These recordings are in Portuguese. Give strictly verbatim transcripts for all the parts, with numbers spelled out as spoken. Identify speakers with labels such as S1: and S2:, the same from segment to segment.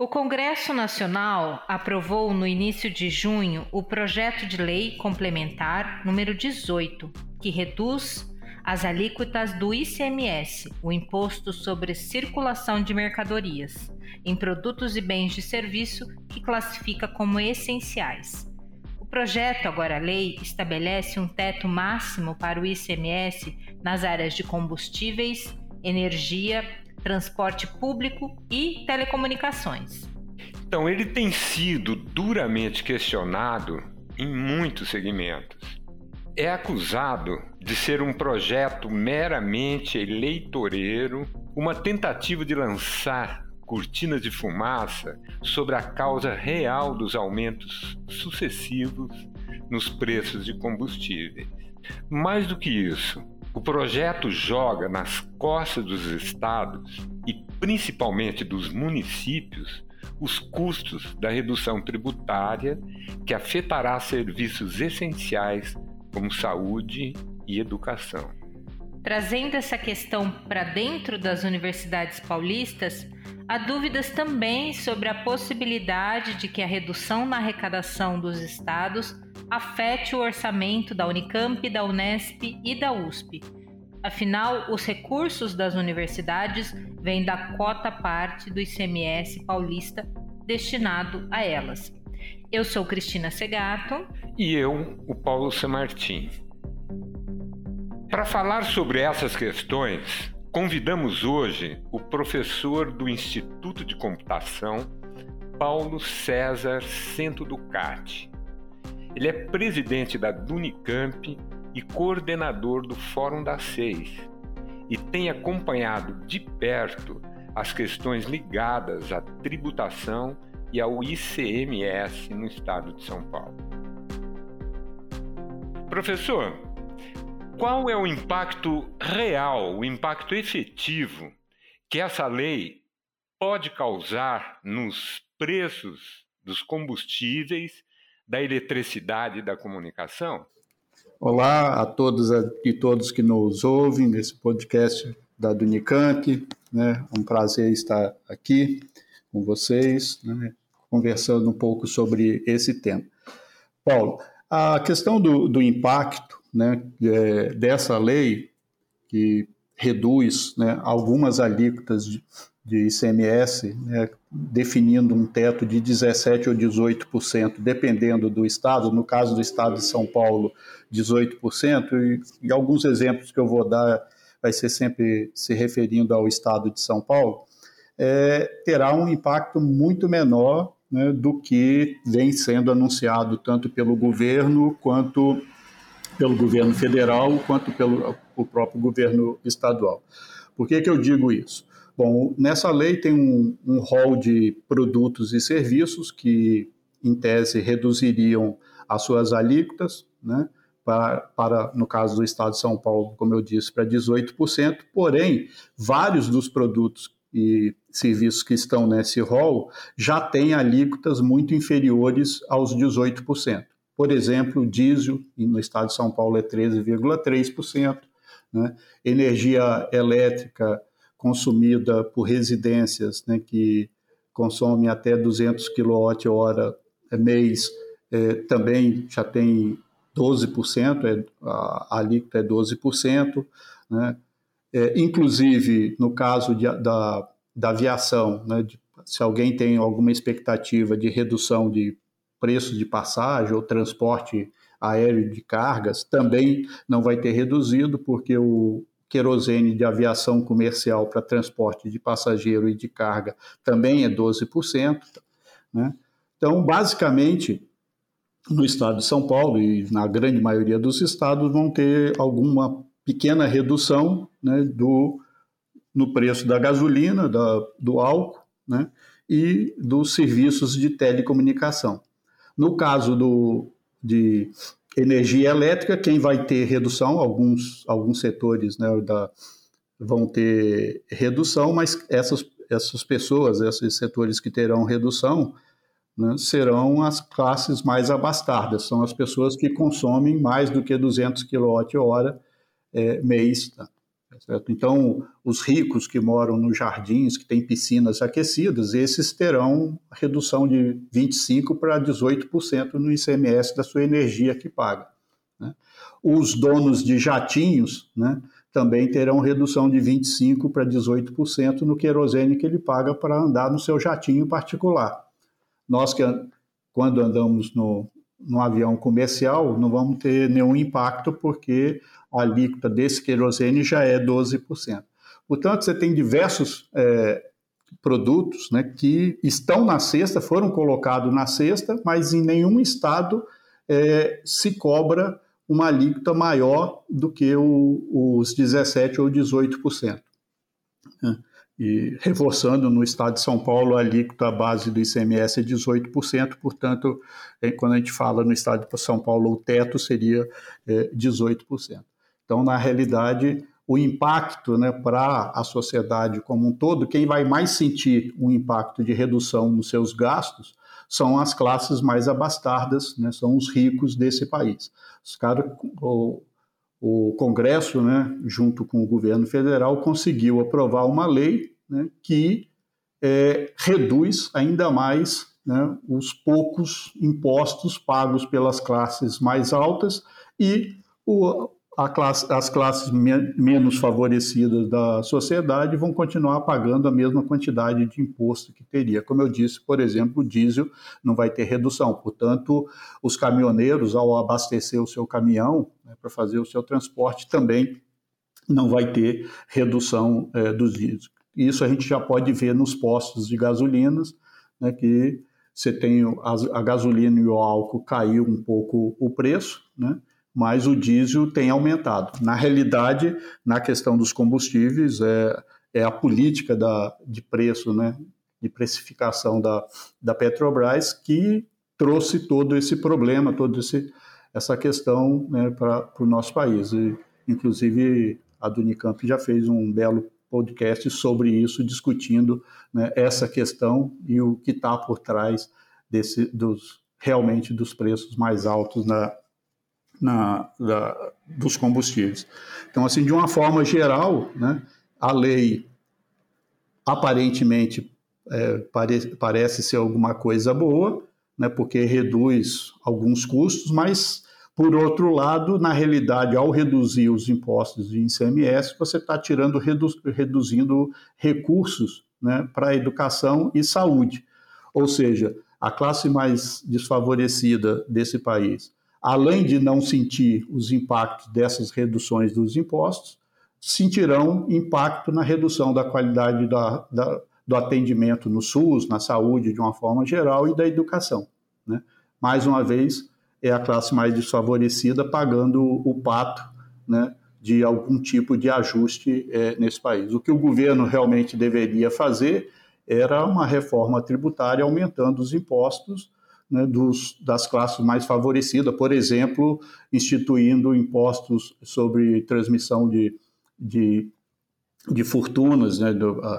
S1: O Congresso Nacional aprovou no início de junho o projeto de lei complementar número dezoito, que reduz as alíquotas do I C M S, o Imposto sobre Circulação de Mercadorias, em produtos e bens de serviço que classifica como essenciais. O projeto, agora lei, estabelece um teto máximo para o I C M S nas áreas de combustíveis, energia, transporte público e telecomunicações.
S2: Então, ele tem sido duramente questionado em muitos segmentos. É acusado de ser um projeto meramente eleitoreiro, uma tentativa de lançar cortinas de fumaça sobre a causa real dos aumentos sucessivos nos preços de combustíveis. Mais do que isso, o projeto joga nas costas dos estados e principalmente dos municípios os custos da redução tributária que afetará serviços essenciais como saúde e educação.
S1: Trazendo essa questão para dentro das universidades paulistas, há dúvidas também sobre a possibilidade de que a redução na arrecadação dos estados afete o orçamento da Unicamp, da Unesp e da U S P. Afinal, os recursos das universidades vêm da cota parte do I C M S paulista destinado a elas. Eu sou Cristina Segato.
S2: E eu, o Paulo Samartim. Para falar sobre essas questões, convidamos hoje o professor do Instituto de Computação, Paulo César Sento Ducati. Ele é presidente da Unicamp e coordenador do Fórum das Seis, e tem acompanhado de perto as questões ligadas à tributação e ao I C M S no estado de São Paulo. Professor, qual é o impacto real, o impacto efetivo que essa lei pode causar nos preços dos combustíveis, da eletricidade e da comunicação?
S3: Olá a todos e todos que nos ouvem nesse podcast da Unicamp, né? É um prazer estar aqui com vocês, né? Conversando um pouco sobre esse tema. Paulo, a questão do, do impacto, né, é, dessa lei que reduz, né, algumas alíquotas de, de I C M S, né, definindo um teto de dezessete por cento ou dezoito por cento, dependendo do estado, no caso do estado de São Paulo, dezoito por cento, e, e alguns exemplos que eu vou dar vai ser sempre se referindo ao estado de São Paulo, é, terá um impacto muito menor, né, do que vem sendo anunciado tanto pelo governo quanto pelo governo federal, quanto pelo o próprio governo estadual. Por que que eu digo isso? Bom, nessa lei tem um, um rol de produtos e serviços que, em tese, reduziriam as suas alíquotas, né, para, para, no caso do estado de São Paulo, como eu disse, para dezoito por cento, porém, vários dos produtos e serviços que estão nesse rol já têm alíquotas muito inferiores aos dezoito por cento. Por exemplo, o diesel, no estado de São Paulo, é treze vírgula três por cento, né? Energia elétrica consumida por residências, né, que consomem até duzentos quilowatt-hora mês, é, também já tem doze por cento, é, a alíquota é doze por cento, né? É, inclusive, no caso de, da, da aviação, né, de, se alguém tem alguma expectativa de redução de preço de passagem ou transporte aéreo de cargas, também não vai ter reduzido, porque o querosene de aviação comercial para transporte de passageiro e de carga também é doze por cento. Né? Então, basicamente, no estado de São Paulo e na grande maioria dos estados vão ter alguma pequena redução, né, do, no preço da gasolina, da, do álcool, né, e dos serviços de telecomunicação. No caso do, de energia elétrica, quem vai ter redução, alguns, alguns setores, né, da, vão ter redução, mas essas, essas pessoas, esses setores que terão redução, né, serão as classes mais abastadas, são as pessoas que consomem mais do que duzentos quilowatt-hora é, mês, tá? Certo? Então, os ricos que moram nos jardins, que têm piscinas aquecidas, esses terão redução de vinte e cinco por cento para dezoito por cento no I C M S da sua energia que paga. Né? Os donos de jatinhos, né, também terão redução de vinte e cinco por cento para dezoito por cento no querosene que ele paga para andar no seu jatinho particular. Nós, que, quando andamos no, no avião comercial, não vamos ter nenhum impacto, porque a alíquota desse querosene já é doze por cento. Portanto, você tem diversos é, produtos, né, que estão na cesta, foram colocados na cesta, mas em nenhum estado é, se cobra uma alíquota maior do que o, os dezessete por cento ou dezoito por cento. E reforçando, no estado de São Paulo, a alíquota base do I C M S é dezoito por cento, portanto, quando a gente fala no estado de São Paulo, o teto seria é, dezoito por cento. Então, na realidade, o impacto, né, para a sociedade como um todo, quem vai mais sentir um impacto de redução nos seus gastos são as classes mais abastardas, né, são os ricos desse país. Os caras, o, o Congresso, né, junto com o governo federal, conseguiu aprovar uma lei, né, que é, reduz ainda mais, né, os poucos impostos pagos pelas classes mais altas e o A classe, as classes me, menos favorecidas da sociedade vão continuar pagando a mesma quantidade de imposto que teria. Como eu disse, por exemplo, o diesel não vai ter redução. Portanto, os caminhoneiros, ao abastecer o seu caminhão, né, para fazer o seu transporte, também não vai ter redução é, dos diesel. Isso a gente já pode ver nos postos de gasolinas, né, que você tem a, a gasolina e o álcool caiu um pouco o preço, né? Mas o diesel tem aumentado. Na realidade, na questão dos combustíveis, é, é a política da, de preço, né, de precificação da, da Petrobras que trouxe todo esse problema, toda essa questão, né, para o nosso país. E, inclusive, a do Unicamp já fez um belo podcast sobre isso, discutindo, né, essa questão e o que está por trás desse, dos, realmente dos preços mais altos na Na, da, dos combustíveis. Então, assim, de uma forma geral, né, a lei aparentemente é, pare, parece ser alguma coisa boa, né, porque reduz alguns custos, mas, por outro lado, na realidade, ao reduzir os impostos de I C M S, você está tirando, redu, reduzindo recursos, né, para a educação e saúde. Ou seja, a classe mais desfavorecida desse país, além de não sentir os impactos dessas reduções dos impostos, sentirão impacto na redução da qualidade da, da, do atendimento no SUS, na saúde de uma forma geral e da educação. Né? Mais uma vez, é a classe mais desfavorecida pagando o pato, né, de algum tipo de ajuste é, nesse país. O que o governo realmente deveria fazer era uma reforma tributária aumentando os impostos, né, dos, das classes mais favorecidas, por exemplo, instituindo impostos sobre transmissão de, de, de fortunas, né, do, a,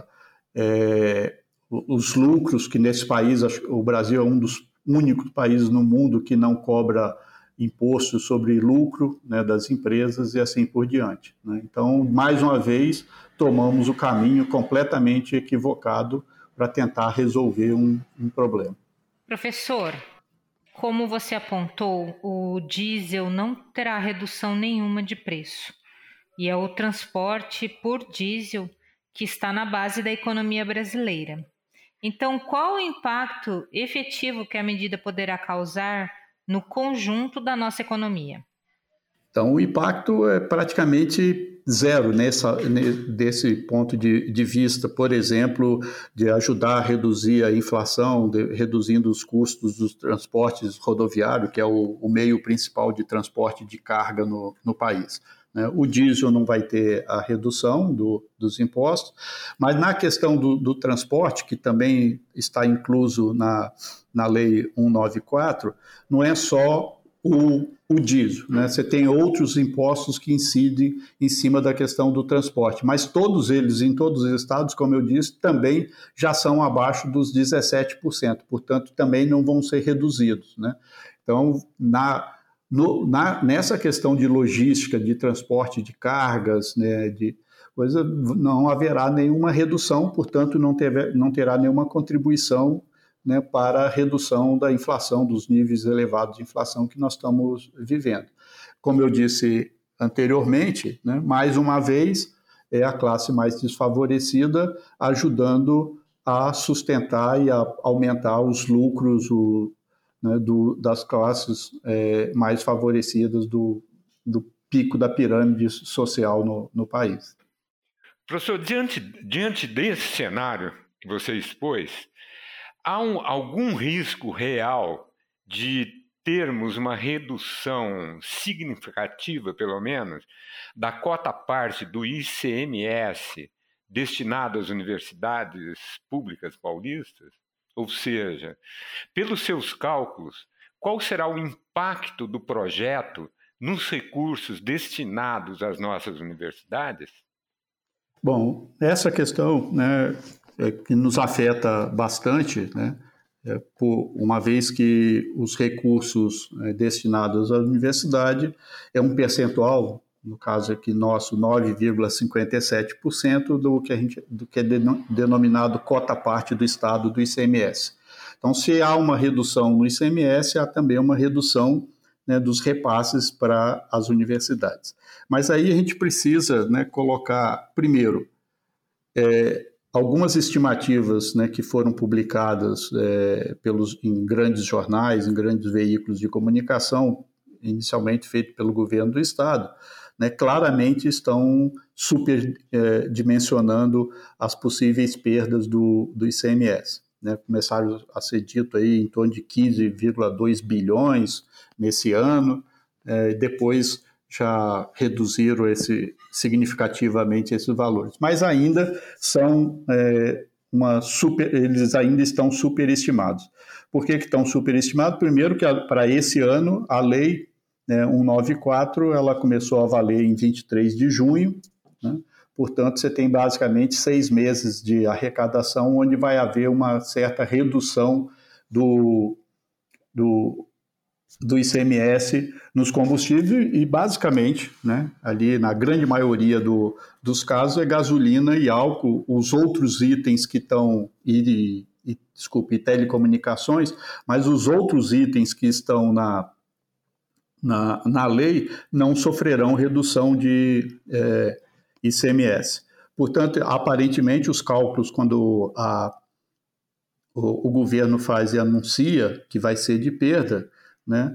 S3: é, os lucros que nesse país, o Brasil é um dos únicos países no mundo que não cobra imposto sobre lucro, né, das empresas e assim por diante. Né? Então, mais uma vez, tomamos o caminho completamente equivocado para tentar resolver um, um problema.
S1: Professor, como você apontou, o diesel não terá redução nenhuma de preço. E é o transporte por diesel que está na base da economia brasileira. Então, qual o impacto efetivo que a medida poderá causar no conjunto da nossa economia?
S3: Então, o impacto é praticamente zero nessa, desse ponto de, de vista, por exemplo, de ajudar a reduzir a inflação, de, reduzindo os custos dos transportes rodoviários, que é o, o meio principal de transporte de carga no, no país. Né? O diesel não vai ter a redução do, dos impostos, mas na questão do, do transporte, que também está incluso na, na Lei cento e noventa e quatro, não é só o, o diesel, né? Você tem outros impostos que incidem em cima da questão do transporte, mas todos eles, em todos os estados, como eu disse, também já são abaixo dos dezessete por cento, portanto, também não vão ser reduzidos, né? Então, na, no, na, nessa questão de logística, de transporte de cargas, né, de, coisa, não haverá nenhuma redução, portanto, não, teve, não terá nenhuma contribuição, né, para a redução da inflação, dos níveis elevados de inflação que nós estamos vivendo. Como eu disse anteriormente, né, mais uma vez, é a classe mais desfavorecida ajudando a sustentar e a aumentar os lucros o, né, do, das classes é, mais favorecidas do, do pico da pirâmide social no, no país.
S2: Professor, diante, diante desse cenário que você expôs, há um, algum risco real de termos uma redução significativa, pelo menos, da cota-parte do I C M S destinado às universidades públicas paulistas? Ou seja, pelos seus cálculos, qual será o impacto do projeto nos recursos destinados às nossas universidades?
S3: Bom, essa questão, né, é, que nos afeta bastante, né, é, por uma vez que os recursos é, destinados à universidade é um percentual, no caso aqui nosso, nove vírgula cinquenta e sete por cento do que, a gente, do que é denominado cota-parte do Estado do I C M S. Então, se há uma redução no I C M S, há também uma redução, né, dos repasses para as universidades. Mas aí a gente precisa, né, colocar, primeiro, é, algumas estimativas, né, que foram publicadas é, pelos, em grandes jornais, em grandes veículos de comunicação, inicialmente feito pelo governo do Estado, né, claramente estão superdimensionando é, as possíveis perdas do, do I C M S. Né, começaram a ser dito aí em torno de quinze vírgula dois bilhões nesse ano, é, depois já reduziram esse, significativamente esses valores, mas ainda são é, uma super, eles ainda estão superestimados. Por que que estão superestimados? Primeiro que para esse ano a lei, né, cento e noventa e quatro, ela começou a valer em vinte e três de junho, né? Portanto, você tem basicamente seis meses de arrecadação onde vai haver uma certa redução do, do, do I C M S nos combustíveis e, basicamente, né, ali na grande maioria do, dos casos, é gasolina e álcool. Os outros itens que estão, e, e, desculpe, telecomunicações, mas os outros itens que estão na, na, na lei não sofrerão redução de é, I C M S. Portanto, aparentemente, os cálculos, quando a, o, o governo faz e anuncia que vai ser de perda, né,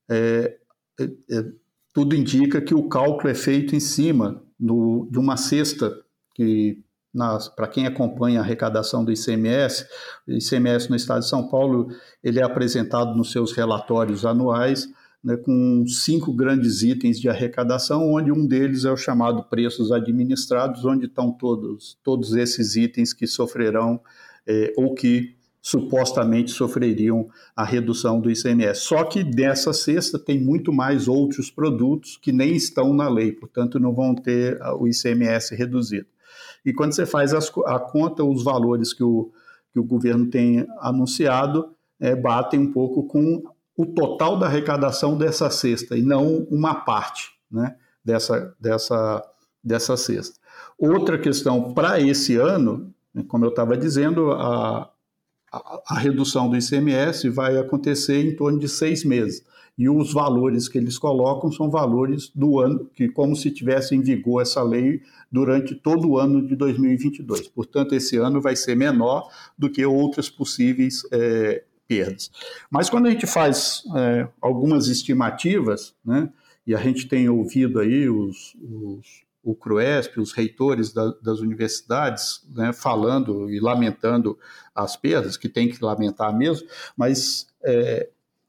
S3: é, é, é, tudo indica que o cálculo é feito em cima no, de uma cesta que, para quem acompanha a arrecadação do I C M S, o I C M S no estado de São Paulo, ele é apresentado nos seus relatórios anuais, né, com cinco grandes itens de arrecadação, onde um deles é o chamado preços administrados, onde estão todos, todos esses itens que sofrerão é, ou que supostamente sofreriam a redução do I C M S. Só que dessa cesta tem muito mais outros produtos que nem estão na lei, portanto não vão ter o I C M S reduzido. E quando você faz as, a conta, os valores que o, que o governo tem anunciado é, batem um pouco com o total da arrecadação dessa cesta, e não uma parte, né, dessa, dessa, dessa cesta. Outra questão para esse ano, como eu estava dizendo, a, a, a redução do I C M S vai acontecer em torno de seis meses. E os valores que eles colocam são valores do ano, que como se tivesse em vigor essa lei durante todo o ano de dois mil e vinte e dois. Portanto, esse ano vai ser menor do que outras possíveis é, perdas. Mas quando a gente faz é, algumas estimativas, né, e a gente tem ouvido aí os, os, o CRUESP, os reitores da, das universidades, né, falando e lamentando as perdas, que tem que lamentar mesmo, mas é,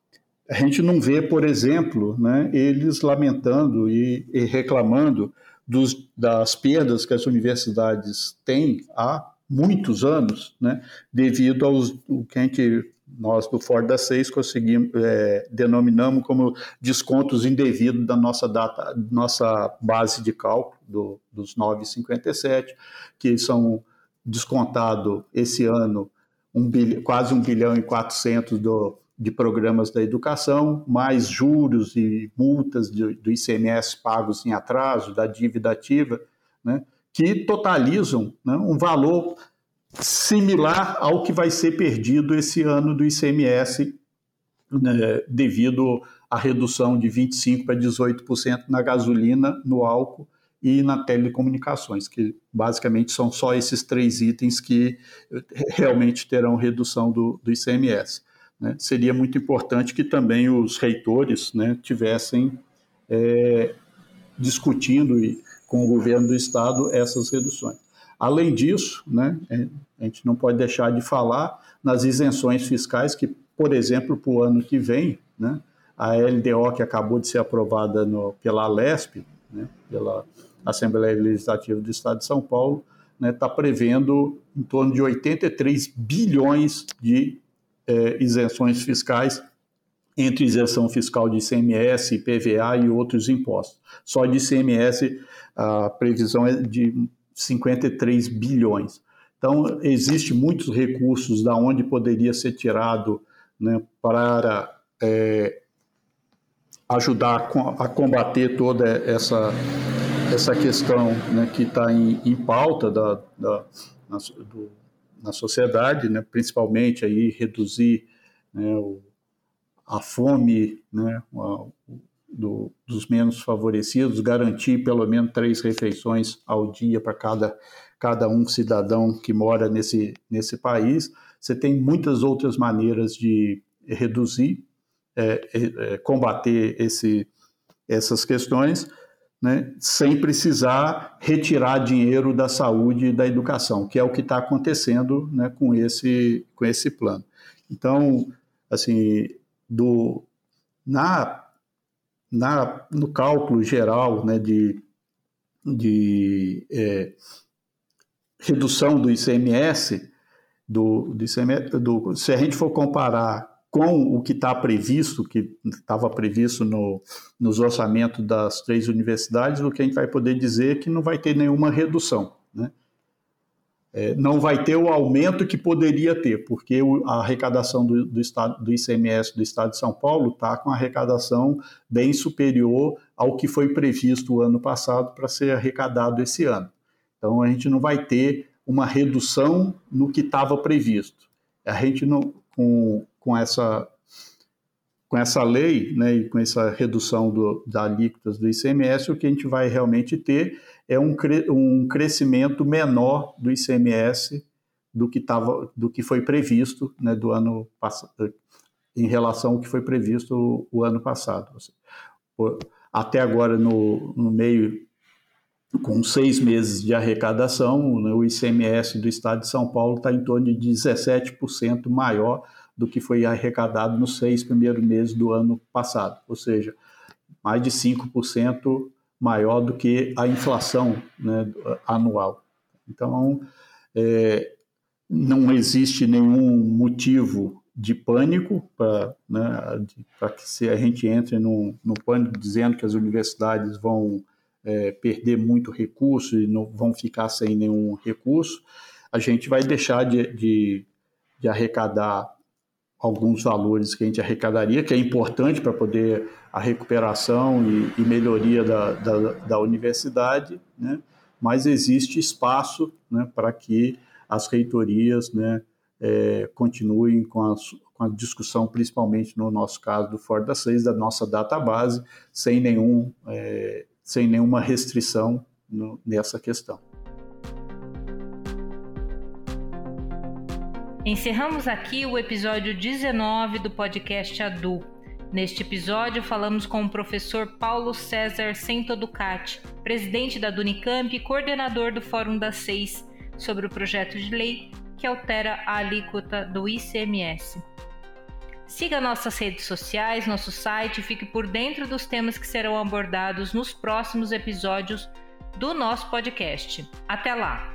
S3: a gente não vê, por exemplo, né, eles lamentando e, e reclamando dos, das perdas que as universidades têm há muitos anos, né, devido aos o que a gente, nós do Ford da Seis conseguimos, é, denominamos como descontos indevidos da nossa, data, nossa base de cálculo, do, dos nove vírgula cinquenta e sete, que são descontados esse ano um bilhão, quase um bilhão e quatrocentos do de programas da educação, mais juros e multas de, do I C M S pagos em atraso, da dívida ativa, né, que totalizam, né, um valor similar ao que vai ser perdido esse ano do I C M S, né, devido à redução de vinte e cinco por cento para dezoito por cento na gasolina, no álcool e na telecomunicações, que basicamente são só esses três itens que realmente terão redução do, do I C M S. Né? Seria muito importante que também os reitores, né, tivessem é, discutindo com o governo do estado essas reduções. Além disso, né, a gente não pode deixar de falar nas isenções fiscais que, por exemplo, para o ano que vem, né, a L D O que acabou de ser aprovada no, pela Alesp, né, pela Assembleia Legislativa do Estado de São Paulo, está, né, tá prevendo em torno de oitenta e três bilhões de é, isenções fiscais, entre isenção fiscal de I C M S, I P V A e outros impostos. Só de I C M S a previsão é de cinquenta e três bilhões. Então, existem muitos recursos da onde poderia ser tirado, né, para é, ajudar a combater toda essa, essa questão, né, que está em, em pauta da, da, na, do, na sociedade, né, principalmente aí reduzir, né, o, a fome, né, a, do, dos menos favorecidos, garantir pelo menos três refeições ao dia para cada, cada um cidadão que mora nesse, nesse país. Você tem muitas outras maneiras de reduzir, é, é, combater esse, essas questões, né, sem precisar retirar dinheiro da saúde e da educação, que é o que está acontecendo, né, com esse, com esse plano. Então, assim, do, na, na, no cálculo geral, né, de, de é, redução do I C M S, do, do I C M S do, se a gente for comparar com o que está previsto, que estava previsto no, nos orçamentos das três universidades, o que a gente vai poder dizer é que não vai ter nenhuma redução, né? É, não vai ter o aumento que poderia ter, porque a arrecadação do, do, estado, do I C M S do Estado de São Paulo está com a arrecadação bem superior ao que foi previsto o ano passado para ser arrecadado esse ano. Então, a gente não vai ter uma redução no que estava previsto. A gente, não, com, com, essa, com essa lei, né, e com essa redução do, das alíquotas do I C M S, o que a gente vai realmente ter é um, um crescimento menor do I C M S do que, tava, do que foi previsto, né, do ano passado, em relação ao que foi previsto o, o ano passado. Até agora, no, no meio, com seis meses de arrecadação, né, o I C M S do Estado de São Paulo está em torno de dezessete por cento maior do que foi arrecadado nos seis primeiros meses do ano passado, ou seja, mais de cinco por cento maior do que a inflação, né, anual. Então, é, não existe nenhum motivo de pânico para, né, para que se a gente entre num, num pânico dizendo que as universidades vão é, perder muito recurso e não vão ficar sem nenhum recurso. A gente vai deixar de, de, de arrecadar alguns valores que a gente arrecadaria, que é importante para poder a recuperação e, e melhoria da, da, da universidade, né? Mas existe espaço, né, para que as reitorias, né, é, continuem com a, com a discussão, principalmente no nosso caso do Ford da seis, da nossa database, sem, nenhum, é, sem nenhuma restrição no, nessa questão.
S1: Encerramos aqui o episódio dezenove do podcast A D U. Neste episódio, falamos com o professor Paulo César Sento Ducati, presidente da Dunicamp e coordenador do Fórum da seis, sobre o projeto de lei que altera a alíquota do I C M S. Siga nossas redes sociais, nosso site e fique por dentro dos temas que serão abordados nos próximos episódios do nosso podcast. Até lá!